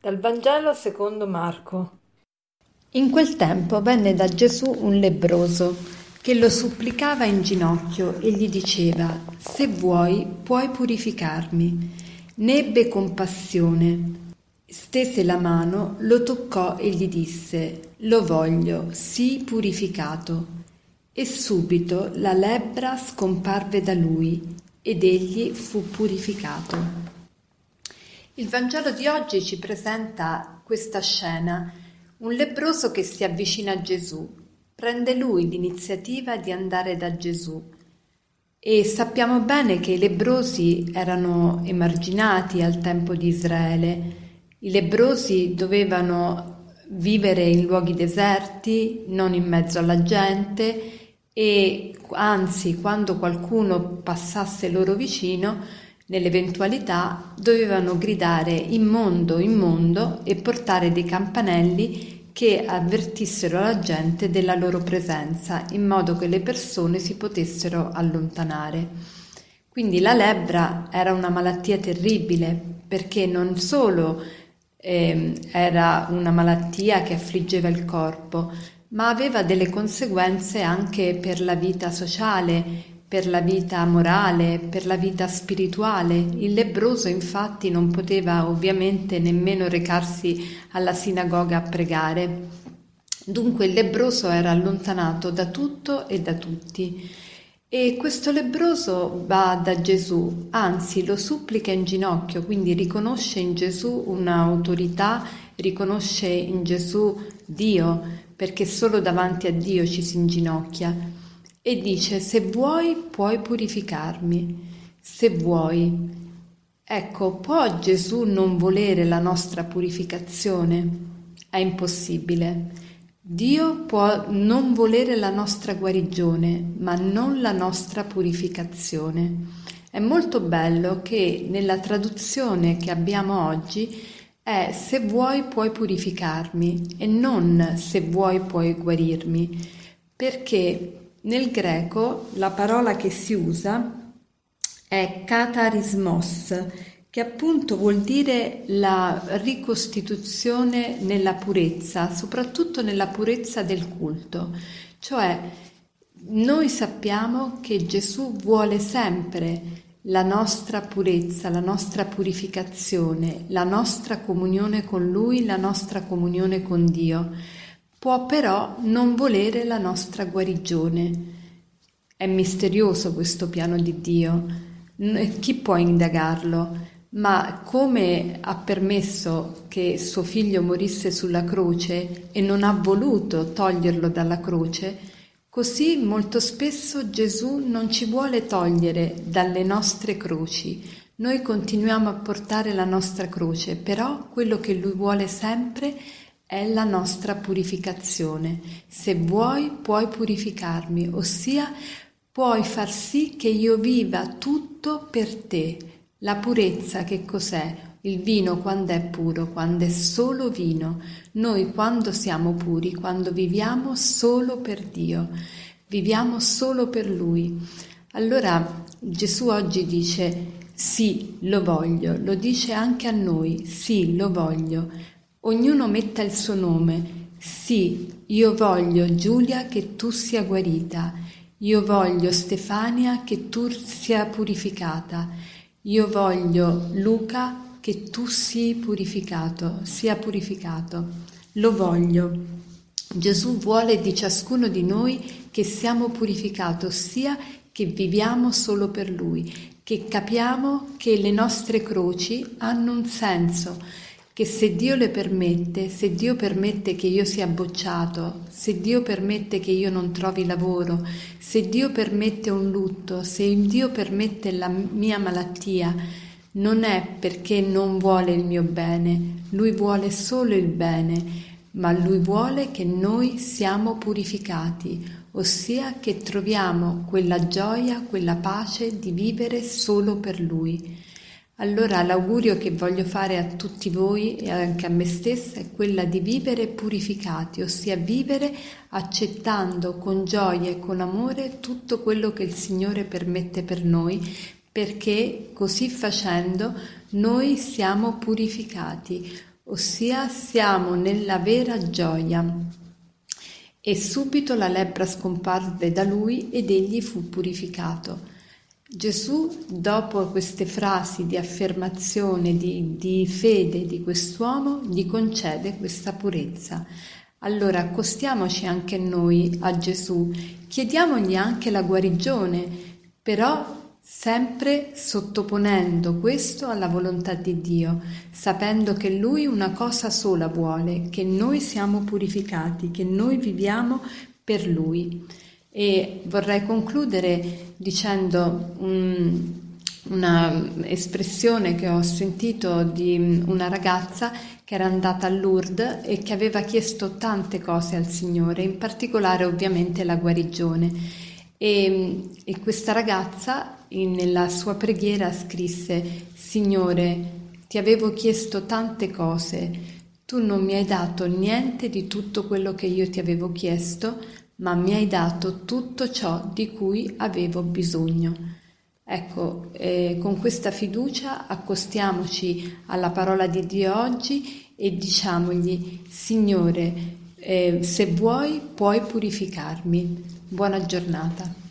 Dal Vangelo secondo Marco. In quel tempo venne da Gesù un lebbroso che lo supplicava in ginocchio e gli diceva: «Se vuoi, puoi purificarmi». Ne ebbe compassione, stese la mano, lo toccò e gli disse: «Lo voglio, sii purificato». E subito la lebbra scomparve da lui ed egli fu purificato. Il Vangelo di oggi ci presenta questa scena: un lebbroso che si avvicina a Gesù, prende lui l'iniziativa di andare da Gesù. E sappiamo bene che i lebbrosi erano emarginati al tempo di Israele. I lebbrosi dovevano vivere in luoghi deserti, non in mezzo alla gente, e anzi, quando qualcuno passasse loro vicino, nell'eventualità dovevano gridare immondo, immondo e portare dei campanelli che avvertissero la gente della loro presenza, in modo che le persone si potessero allontanare. Quindi la lebbra era una malattia terribile, perché non solo era una malattia che affliggeva il corpo, ma aveva delle conseguenze anche per la vita sociale, per la vita morale, per la vita spirituale. Il lebbroso infatti non poteva ovviamente nemmeno recarsi alla sinagoga a pregare. Dunque il lebbroso era allontanato da tutto e da tutti. E questo lebbroso va da Gesù, anzi lo supplica in ginocchio, quindi riconosce in Gesù un'autorità, riconosce in Gesù Dio, perché solo davanti a Dio ci si inginocchia. E dice: «Se vuoi, puoi purificarmi». Se vuoi. Ecco, può Gesù non volere la nostra purificazione? È impossibile. Dio può non volere la nostra guarigione, ma non la nostra purificazione. È molto bello che nella traduzione che abbiamo oggi è «se vuoi, puoi purificarmi» e non «se vuoi, puoi guarirmi», perché nel greco la parola che si usa è katarismos, che appunto vuol dire la ricostituzione nella purezza, soprattutto nella purezza del culto. Cioè, noi sappiamo che Gesù vuole sempre la nostra purezza, la nostra purificazione, la nostra comunione con Lui, la nostra comunione con Dio. Può però non volere la nostra guarigione. È misterioso questo piano di Dio. Chi può indagarlo? Ma come ha permesso che suo figlio morisse sulla croce e non ha voluto toglierlo dalla croce, così molto spesso Gesù non ci vuole togliere dalle nostre croci. Noi continuiamo a portare la nostra croce, però quello che Lui vuole sempre è la nostra purificazione. Se vuoi, puoi purificarmi, ossia puoi far sì che io viva tutto per te. La purezza che cos'è? Il vino quando è puro, quando è solo vino. Noi quando siamo puri, quando viviamo solo per Dio, viviamo solo per Lui. Allora Gesù oggi dice: sì, lo voglio, lo dice anche a noi, sì, lo voglio. Ognuno metta il suo nome. Sì, io voglio Giulia che tu sia guarita. Io voglio Stefania che tu sia purificata. Io voglio Luca che tu sia purificato. Lo voglio. Gesù vuole di ciascuno di noi che siamo purificati, ossia che viviamo solo per Lui, che capiamo che le nostre croci hanno un senso, che se Dio le permette, se Dio permette che io sia bocciato, se Dio permette che io non trovi lavoro, se Dio permette un lutto, se Dio permette la mia malattia, non è perché non vuole il mio bene, Lui vuole solo il bene, ma Lui vuole che noi siamo purificati, ossia che troviamo quella gioia, quella pace di vivere solo per Lui. Allora l'augurio che voglio fare a tutti voi e anche a me stessa è quella di vivere purificati, ossia vivere accettando con gioia e con amore tutto quello che il Signore permette per noi, perché così facendo noi siamo purificati, ossia siamo nella vera gioia. E subito la lebbra scomparve da lui ed egli fu purificato. Gesù, dopo queste frasi di affermazione, di fede di quest'uomo, gli concede questa purezza. Allora accostiamoci anche noi a Gesù, chiediamogli anche la guarigione, però sempre sottoponendo questo alla volontà di Dio, sapendo che Lui una cosa sola vuole, che noi siamo purificati, che noi viviamo per Lui. E vorrei concludere dicendo una espressione che ho sentito di una ragazza che era andata a Lourdes e che aveva chiesto tante cose al Signore, in particolare ovviamente la guarigione. E questa ragazza nella sua preghiera scrisse: Signore, ti avevo chiesto tante cose, tu non mi hai dato niente di tutto quello che io ti avevo chiesto, ma mi hai dato tutto ciò di cui avevo bisogno. Ecco, con questa fiducia accostiamoci alla parola di Dio oggi e diciamogli: Signore, se vuoi puoi purificarmi. Buona giornata.